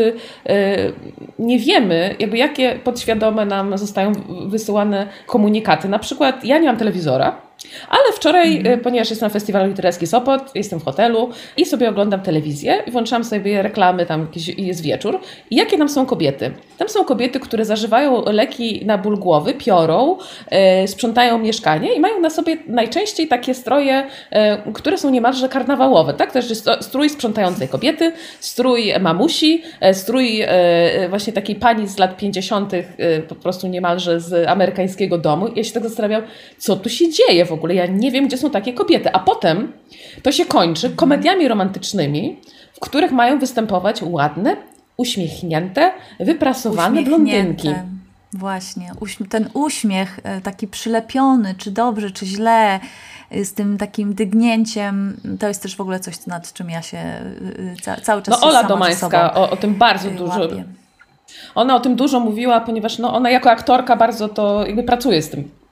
nie wiemy, jakie podświadome nam zostają wysyłane komunikaty. Na przykład ja nie mam telewizora, ale wczoraj, ponieważ jestem na festiwalu literackim Sopot, jestem w hotelu i sobie oglądam telewizję i włączam sobie reklamy, tam jest wieczór. I jakie tam są kobiety? Tam są kobiety, które zażywają leki na ból głowy, piorą, sprzątają mieszkanie i mają na sobie najczęściej takie stroje, które są niemalże karnawałowe. Tak? To jest strój sprzątającej kobiety, strój mamusi, strój właśnie takiej pani z lat 50. Po prostu niemalże z amerykańskiego domu. I ja się tak zastanawiam, co tu się dzieje w ogóle. Ja nie wiem, gdzie są takie kobiety. A potem to się kończy komediami romantycznymi, w których mają występować ładne, uśmiechnięte, wyprasowane blondynki. Właśnie. Ten uśmiech taki przylepiony, czy dobrze, czy źle, z tym takim dygnięciem, to jest też w ogóle coś, nad czym ja się cały czas Ola Domańska o tym bardzo dużo. Ona o tym dużo mówiła, ponieważ ona jako aktorka bardzo to jakby pracuje z tym.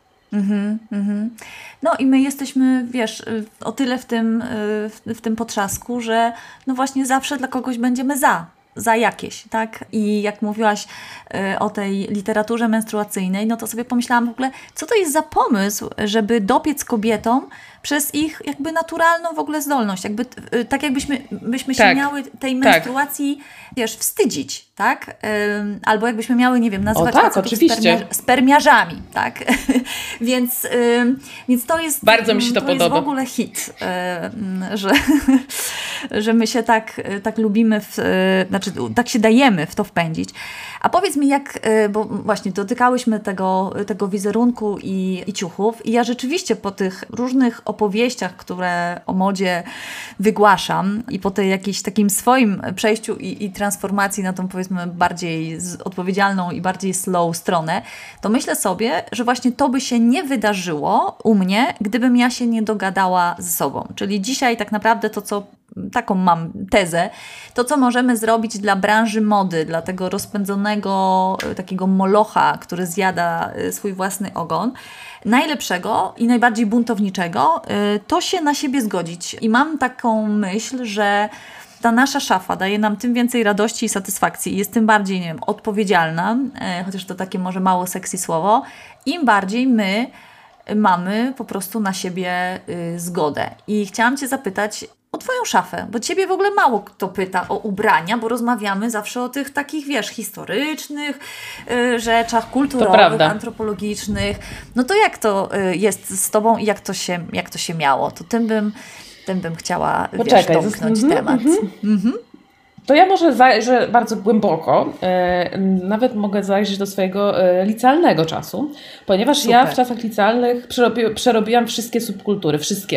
No i my jesteśmy, wiesz, o tyle w tym potrzasku, że no właśnie zawsze dla kogoś będziemy za jakieś, tak? I jak mówiłaś o tej literaturze menstruacyjnej, no to sobie pomyślałam w ogóle, co to jest za pomysł, żeby dopiec kobietom przez ich jakby naturalną w ogóle zdolność, jakby tak jakbyśmy się miały tej menstruacji, wiesz, wstydzić, tak? Albo jakbyśmy miały, nie wiem, nazywać spermiarzami, tak? Więc to jest bardzo mi się to podoba. Jest w ogóle hit, że my się tak lubimy, znaczy tak się dajemy w to wpędzić. A powiedz mi, bo właśnie dotykałyśmy tego wizerunku i ciuchów i ja rzeczywiście po tych różnych opowieściach, które o modzie wygłaszam i po tej jakiejś takim swoim przejściu i transformacji na tą, powiedzmy, bardziej odpowiedzialną i bardziej slow stronę, to myślę sobie, że właśnie to by się nie wydarzyło u mnie, gdybym ja się nie dogadała ze sobą. Czyli dzisiaj tak naprawdę taką mam tezę, to co możemy zrobić dla branży mody, dla tego rozpędzonego takiego molocha, który zjada swój własny ogon, najlepszego i najbardziej buntowniczego, to się na siebie zgodzić. I mam taką myśl, że ta nasza szafa daje nam tym więcej radości i satysfakcji i jest tym bardziej, nie wiem, odpowiedzialna, chociaż to takie może mało sexy słowo, im bardziej my mamy po prostu na siebie zgodę. I chciałam Cię zapytać o Twoją szafę, bo Ciebie w ogóle mało kto pyta o ubrania, bo rozmawiamy zawsze o tych takich, wiesz, historycznych rzeczach, kulturowych, antropologicznych. No to jak to jest z Tobą i jak to się miało? To tym bym chciała, domknąć temat. To ja może zajrzę bardzo głęboko, nawet mogę zajrzeć do swojego licealnego czasu, ponieważ ja w czasach licealnych przerobiłam wszystkie subkultury, wszystkie.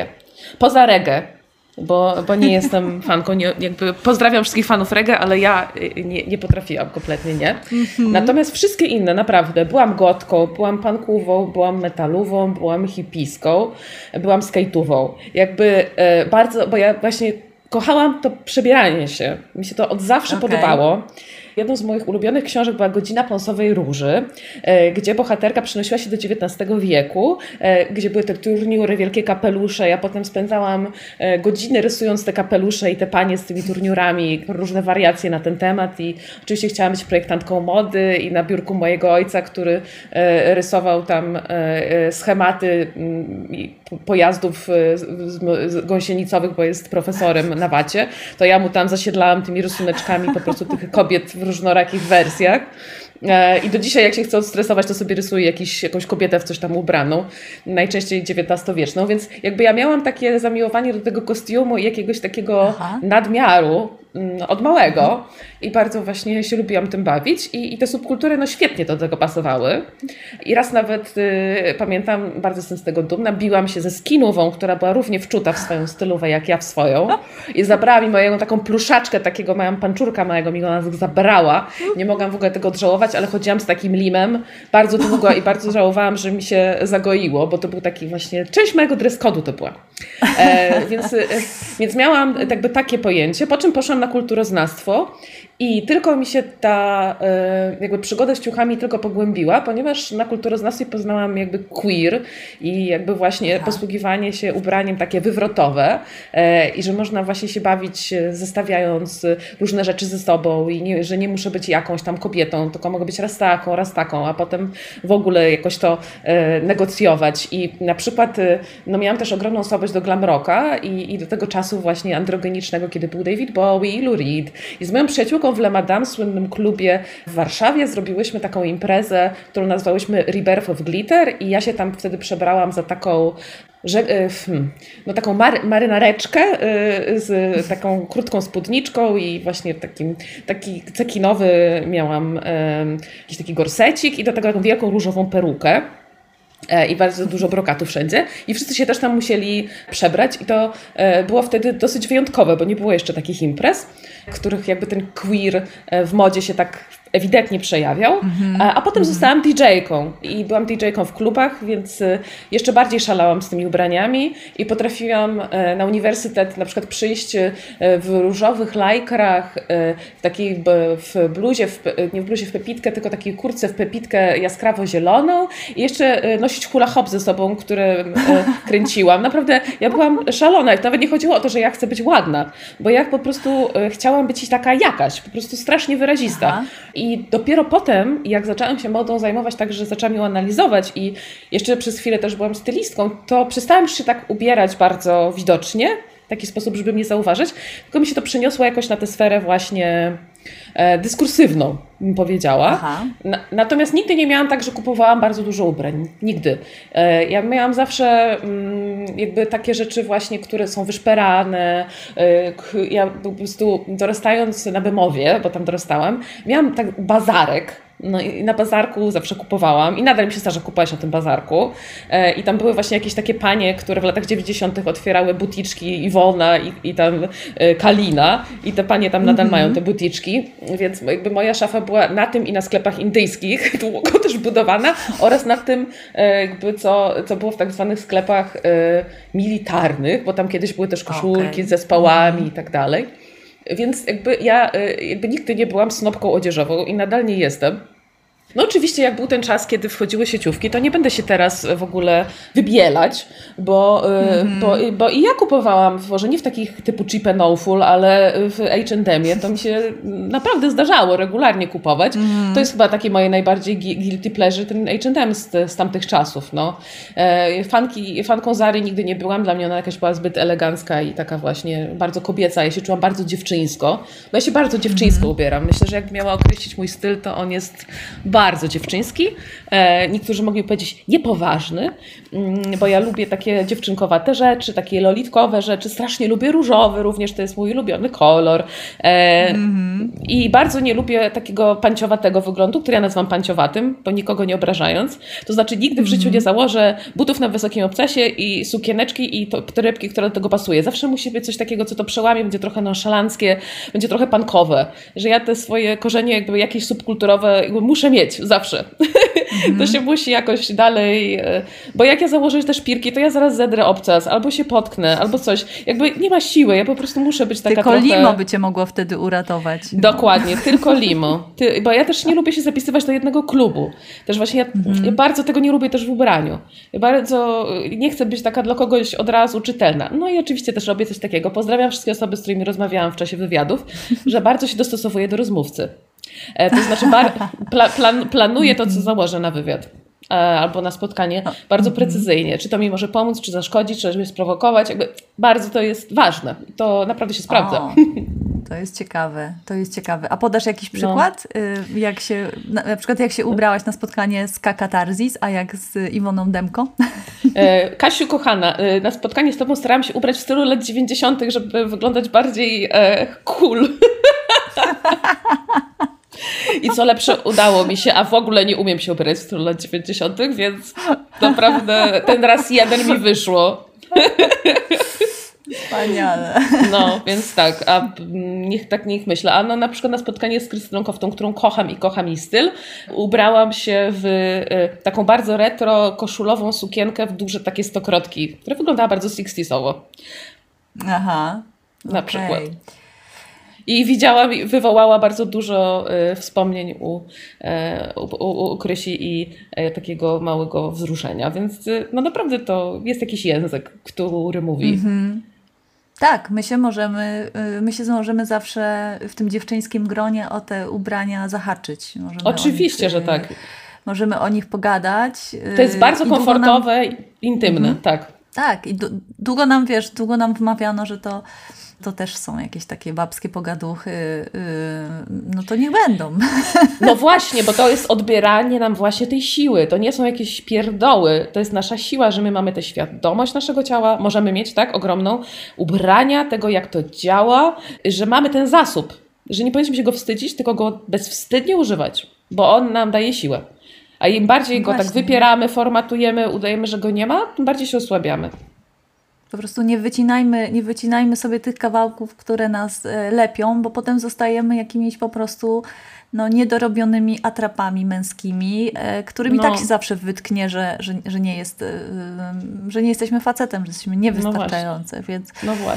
Poza reggae. Bo nie jestem fanką, jakby pozdrawiam wszystkich fanów reggae, ale ja nie potrafiłam, kompletnie nie. Natomiast wszystkie inne, naprawdę, byłam gotką, byłam punkową, byłam metalową, byłam hipiską, byłam skate'ową. Jakby bardzo, bo ja właśnie kochałam to przebieranie się. Mi się to od zawsze podobało. Jedną z moich ulubionych książek była Godzina Pląsowej Róży, gdzie bohaterka przenosiła się do XIX wieku, gdzie były te turniury, wielkie kapelusze. Ja potem spędzałam godziny rysując te kapelusze i te panie z tymi turniurami, różne wariacje na ten temat i oczywiście chciałam być projektantką mody i na biurku mojego ojca, który rysował tam schematy pojazdów gąsienicowych, bo jest profesorem na Wacie, to ja mu tam zasiedlałam tymi rysuneczkami po prostu tych kobiet w różnorakich wersjach. I do dzisiaj jak się chce odstresować, to sobie rysuję jakąś kobietę w coś tam ubraną, najczęściej XIX-wieczną, więc jakby ja miałam takie zamiłowanie do tego kostiumu i jakiegoś takiego nadmiaru od małego i bardzo właśnie się lubiłam tym bawić i te subkultury no świetnie do tego pasowały i raz nawet pamiętam, bardzo jestem z tego dumna, biłam się ze skinową, która była równie wczuta w swoją stylówę jak ja w swoją i zabrała mi moją taką pluszaczkę, takiego małą panczurka małego, mi go nawet zabrała, nie mogłam w ogóle tego odżałować, ale chodziłam z takim limem bardzo długo i bardzo żałowałam, że mi się zagoiło, bo to był taki właśnie, część mojego dress code'u to była. Więc miałam jakby takie pojęcie, po czym poszłam na kulturoznawstwo i tylko mi się ta jakby przygoda z ciuchami tylko pogłębiła, ponieważ na kulturoznawstwie poznałam jakby queer i jakby właśnie posługiwanie się ubraniem takie wywrotowe i że można właśnie się bawić zestawiając różne rzeczy ze sobą i że nie muszę być jakąś tam kobietą, tylko mogę być raz taką, a potem w ogóle jakoś to negocjować i na przykład no miałam też ogromną słabość do glam rocka i do tego czasu właśnie androgenicznego, kiedy był David Bowie i Lou Reed i z moją przyjaciółką w Le Madame, słynnym klubie w Warszawie, zrobiłyśmy taką imprezę, którą nazwałyśmy Rebirth of Glitter i ja się tam wtedy przebrałam za taką taką marynareczkę z taką krótką spódniczką i właśnie taki cekinowy miałam jakiś taki gorsecik i do tego taką wielką różową perukę. I bardzo dużo brokatu wszędzie i wszyscy się też tam musieli przebrać i to było wtedy dosyć wyjątkowe, bo nie było jeszcze takich imprez, w których jakby ten queer w modzie się tak ewidentnie przejawiał, a potem zostałam DJ-ką i byłam DJ-ką w klubach, więc jeszcze bardziej szalałam z tymi ubraniami i potrafiłam na uniwersytet na przykład przyjść w różowych lajkrach, w takiej w bluzie, nie w bluzie w pepitkę, tylko takiej kurtce w pepitkę jaskrawo-zieloną i jeszcze nosić hula hop ze sobą, które kręciłam. Naprawdę ja byłam szalona i nawet nie chodziło o to, że ja chcę być ładna, bo ja po prostu chciałam być taka jakaś, po prostu strasznie wyrazista. I dopiero potem, jak zaczęłam się modą zajmować tak, że zaczęłam ją analizować i jeszcze przez chwilę też byłam stylistką, to przestałam już się tak ubierać bardzo widocznie, w taki sposób, żeby mnie zauważyć, tylko mi się to przeniosło jakoś na tę sferę właśnie dyskursywną, bym powiedziała. Natomiast nigdy nie miałam tak, że kupowałam bardzo dużo ubrań. Nigdy. Ja miałam zawsze jakby takie rzeczy właśnie, które są wyszperane. Ja po prostu dorastając na Bemowie, bo tam dorastałam, miałam tak bazarek. No i na bazarku zawsze kupowałam i nadal mi się zdarza kupować na tym bazarku i tam były właśnie jakieś takie panie, które w latach 90. otwierały buticzki Iwona i tam Kalina i te panie tam nadal mają te buticzki, więc jakby moja szafa była na tym i na sklepach indyjskich, długo też budowana oraz na tym jakby co było w tak zwanych sklepach militarnych, bo tam kiedyś były też koszulki z zespołami i tak dalej. Więc ja nigdy nie byłam snopką odzieżową i nadal nie jestem. No oczywiście jak był ten czas, kiedy wchodziły sieciówki, to nie będę się teraz w ogóle wybielać, bo i ja kupowałam, może nie w takich typu cheap and awful, ale w H&M-ie to mi się naprawdę zdarzało regularnie kupować. To jest chyba takie moje najbardziej guilty pleasure, ten H&M z tamtych czasów. No. Fanką Zary nigdy nie byłam, dla mnie ona jakaś była zbyt elegancka i taka właśnie bardzo kobieca. Ja się czułam bardzo dziewczyńsko, bo ja się bardzo dziewczyńsko ubieram. Myślę, że jak miała określić mój styl, to on jest bardzo dziewczyński. Niektórzy mogli powiedzieć niepoważny, bo ja lubię takie dziewczynkowate rzeczy, takie lolitkowe rzeczy. Strasznie lubię różowy, również to jest mój ulubiony kolor. I bardzo nie lubię takiego panciowatego wyglądu, który ja nazywam panciowatym, bo nikogo nie obrażając. To znaczy nigdy w życiu nie założę butów na wysokim obcasie i sukieneczki i torebki, które do tego pasuje. Zawsze musi być coś takiego, co to przełamie, będzie trochę nonszalanckie, będzie trochę punkowe. Że ja te swoje korzenie jakby jakieś subkulturowe jakby muszę mieć zawsze. To się musi jakoś dalej, bo jak ja założę te szpilki, to ja zaraz zedrę obcas, albo się potknę, albo coś. Jakby nie ma siły, ja po prostu muszę być taka tylko trochę... limo by cię mogło wtedy uratować. Dokładnie, tylko limo. Bo ja też nie lubię się zapisywać do jednego klubu. Też właśnie ja bardzo tego nie lubię też w ubraniu. Ja bardzo nie chcę być taka dla kogoś od razu czytelna. No i oczywiście też robię coś takiego. Pozdrawiam wszystkie osoby, z którymi rozmawiałam w czasie wywiadów, że bardzo się dostosowuję do rozmówcy. To znaczy planuję to, co założę na wywiad albo na spotkanie bardzo precyzyjnie. Czy to mi może pomóc, czy zaszkodzić, czy żeby sprowokować. Jakby bardzo to jest ważne. To naprawdę się sprawdza. To jest ciekawe, to jest ciekawe. A podasz jakiś przykład? Jak się, na przykład jak się ubrałaś na spotkanie z Kakatarzis, a jak z Iwoną Demko? Kasiu, kochana, na spotkanie z tobą starałam się ubrać w stylu lat 90., żeby wyglądać bardziej cool. I co lepsze, udało mi się, a w ogóle nie umiem się ubierać w stylu lat 90., więc naprawdę ten raz jeden mi wyszło. Wspaniale. No, więc tak, a niech myślę. A no, na przykład na spotkanie z Krystyną Koftą, którą kocham jej styl, ubrałam się w taką bardzo retro koszulową sukienkę w duże takie stokrotki, która wyglądała bardzo 60sowo. Aha. Na przykład. I widziałam, wywołała bardzo dużo wspomnień u Krysi i takiego małego wzruszenia, więc no naprawdę to jest jakiś język, który mówi. Tak, my się możemy zawsze w tym dziewczyńskim gronie o te ubrania zahaczyć. Oczywiście, że tak. Możemy o nich pogadać. To jest bardzo komfortowe, intymne, tak. Tak, i długo nam wmawiano, że to też są jakieś takie babskie pogaduchy, no to niech będą. No właśnie, bo to jest odbieranie nam właśnie tej siły. To nie są jakieś pierdoły. To jest nasza siła, że my mamy tę świadomość naszego ciała, możemy mieć tak ogromną ubrania tego, jak to działa, że mamy ten zasób, że nie powinniśmy się go wstydzić, tylko go bezwstydnie używać, bo on nam daje siłę. A im bardziej go tak wypieramy, formatujemy, udajemy, że go nie ma, tym bardziej się osłabiamy. Po prostu nie wycinajmy sobie tych kawałków, które nas lepią, bo potem zostajemy jakimiś po prostu niedorobionymi atrapami męskimi, którymi tak się zawsze wytknie, że nie jesteśmy facetem, że jesteśmy niewystarczające. Więc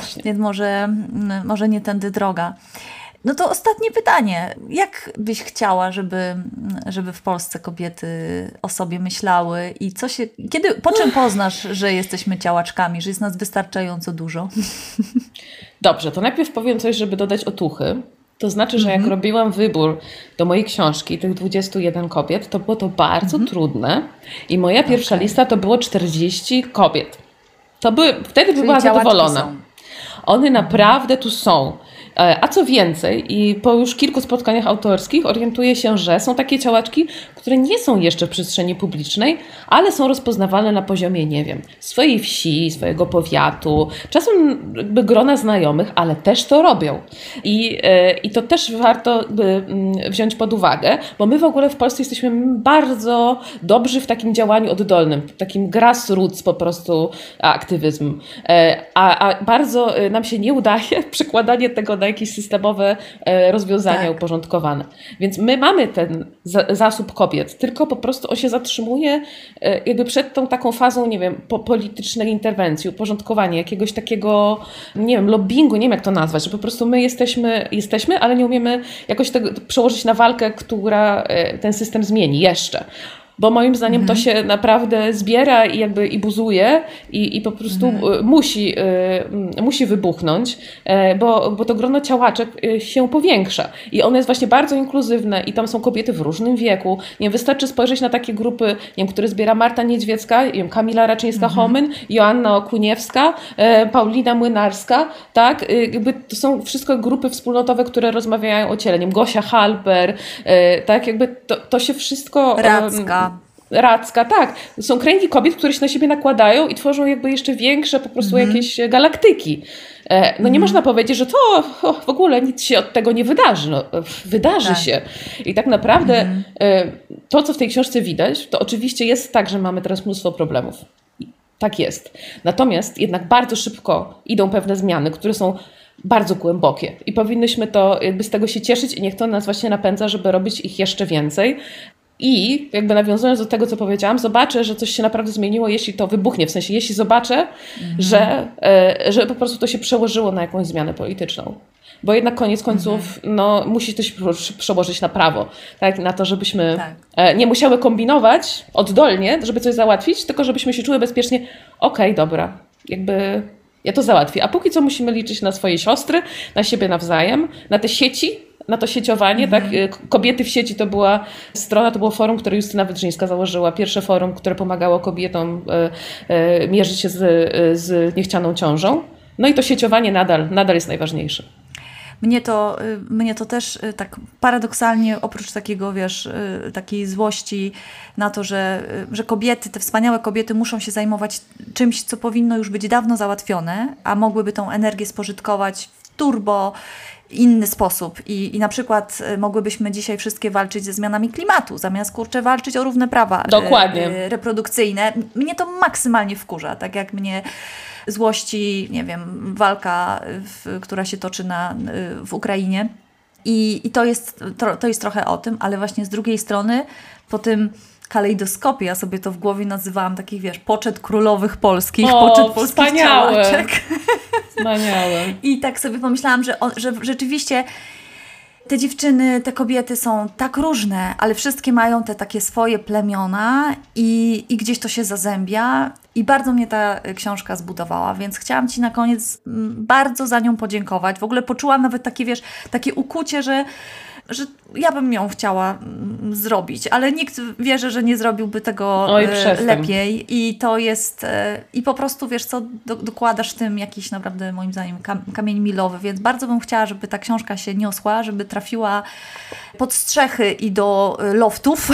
może nie tędy droga. No to ostatnie pytanie. Jak byś chciała, żeby w Polsce kobiety o sobie myślały i po czym poznasz, że jesteśmy ciałaczkami, że jest nas wystarczająco dużo? Dobrze, to najpierw powiem coś, żeby dodać otuchy. To znaczy, że jak robiłam wybór do mojej książki, tych 21 kobiet, to było to bardzo trudne i moja pierwsza lista to było 40 kobiet. Wtedy była zadowolona. Są. One naprawdę tu są. A co więcej, i po już kilku spotkaniach autorskich orientuję się, że są takie ciałaczki, które nie są jeszcze w przestrzeni publicznej, ale są rozpoznawalne na poziomie, nie wiem, swojej wsi, swojego powiatu, czasem grona znajomych, ale też to robią. I to też warto wziąć pod uwagę, bo my w ogóle w Polsce jesteśmy bardzo dobrzy w takim działaniu oddolnym, w takim grassroots po prostu aktywizm. A bardzo nam się nie udaje przekładanie tego na jakieś systemowe rozwiązania uporządkowane. Więc my mamy ten zasób kobiet, tylko po prostu on się zatrzymuje jakby przed tą taką fazą, nie wiem, politycznej interwencji, uporządkowania, jakiegoś takiego, nie wiem, lobbingu, nie wiem jak to nazwać, że po prostu my jesteśmy, ale nie umiemy jakoś tego przełożyć na walkę, która ten system zmieni jeszcze. bo moim zdaniem to się naprawdę zbiera i jakby i buzuje i po prostu musi wybuchnąć, bo to grono działaczek się powiększa i ono jest właśnie bardzo inkluzywne i tam są kobiety w różnym wieku. Nie wiem, wystarczy spojrzeć na takie grupy, nie wiem, które zbiera Marta Niedźwiecka, nie wiem, Kamila Raczyńska-Homyn, Joanna Okuniewska, Paulina Młynarska, tak? Jakby to są wszystko grupy wspólnotowe, które rozmawiają o ciele, nie wiem, Gosia Halper, tak? Jakby to się wszystko... Radzka, tak. Są kręgi kobiet, które się na siebie nakładają i tworzą jakby jeszcze większe po prostu jakieś galaktyki. No nie można powiedzieć, że to w ogóle nic się od tego nie wydarzy. No, wydarzy się. I tak naprawdę to, co w tej książce widać, to oczywiście jest tak, że mamy teraz mnóstwo problemów. Tak jest. Natomiast jednak bardzo szybko idą pewne zmiany, które są bardzo głębokie i powinnyśmy to jakby z tego się cieszyć i niech to nas właśnie napędza, żeby robić ich jeszcze więcej. I jakby nawiązując do tego, co powiedziałam, zobaczę, że coś się naprawdę zmieniło, jeśli to wybuchnie. W sensie, jeśli zobaczę, że po prostu to się przełożyło na jakąś zmianę polityczną. Bo jednak koniec końców musi to się przełożyć na prawo. Tak? Na to, żebyśmy nie musiały kombinować oddolnie, żeby coś załatwić, tylko żebyśmy się czuły bezpiecznie. Okej, dobra, jakby ja to załatwię. A póki co musimy liczyć na swoje siostry, na siebie nawzajem, na te sieci, na to sieciowanie, tak? Kobiety w sieci to była strona, to było forum, które Justyna Wydrzyńska założyła. Pierwsze forum, które pomagało kobietom mierzyć się z niechcianą ciążą. No i to sieciowanie nadal jest najważniejsze. Mnie to też tak paradoksalnie, oprócz takiego, takiej złości na to, że kobiety, te wspaniałe kobiety muszą się zajmować czymś, co powinno już być dawno załatwione, a mogłyby tą energię spożytkować w turbo inny sposób i na przykład mogłybyśmy dzisiaj wszystkie walczyć ze zmianami klimatu, zamiast walczyć o równe prawa reprodukcyjne. Mnie to maksymalnie wkurza, tak jak mnie złości, nie wiem, walka, która się toczy w Ukrainie. I to jest trochę o tym, ale właśnie z drugiej strony po tym kalejdoskopie, ja sobie to w głowie nazywałam takich, poczet królowych polskich, poczet polskich ciałaczek. Wspaniałe. I tak sobie pomyślałam, że rzeczywiście te dziewczyny, te kobiety są tak różne, ale wszystkie mają te takie swoje plemiona i gdzieś to się zazębia. I bardzo mnie ta książka zbudowała, więc chciałam Ci na koniec bardzo za nią podziękować. W ogóle poczułam nawet takie ukucie, że ja bym ją chciała zrobić, ale nikt wierzy, że nie zrobiłby tego lepiej i to jest i po prostu dokładasz tym jakiś naprawdę moim zdaniem kamień milowy, więc bardzo bym chciała, żeby ta książka się niosła, żeby trafiła pod strzechy i do loftów,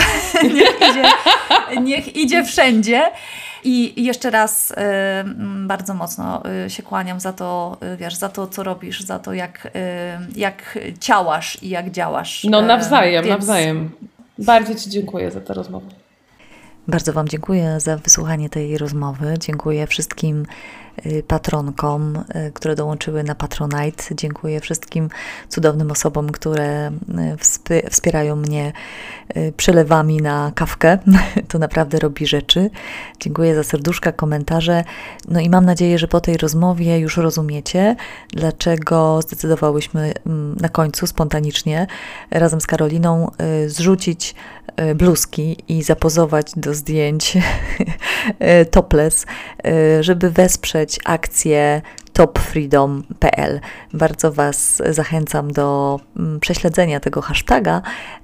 niech idzie wszędzie. I jeszcze raz bardzo mocno się kłaniam za to, za to, co robisz, za to, jak ciałasz i jak działasz. No nawzajem. Bardzo Ci dziękuję za tę rozmowę. Bardzo Wam dziękuję za wysłuchanie tej rozmowy. Dziękuję wszystkim patronkom, które dołączyły na Patronite. Dziękuję wszystkim cudownym osobom, które wspierają mnie przelewami na kawkę. To naprawdę robi rzeczy. Dziękuję za serduszka, komentarze. No i mam nadzieję, że po tej rozmowie już rozumiecie, dlaczego zdecydowałyśmy na końcu spontanicznie razem z Karoliną zrzucić bluzki i zapozować do zdjęć topless, żeby wesprzeć akcję topfreedom.pl. Bardzo Was zachęcam do prześledzenia tego hashtaga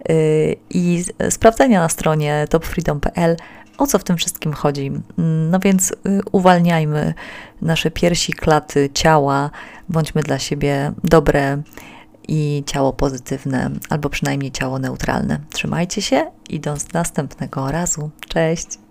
i sprawdzenia na stronie topfreedom.pl, o co w tym wszystkim chodzi. No więc uwalniajmy nasze piersi, klaty, ciała, bądźmy dla siebie dobre i ciało pozytywne, albo przynajmniej ciało neutralne. Trzymajcie się i do następnego razu. Cześć!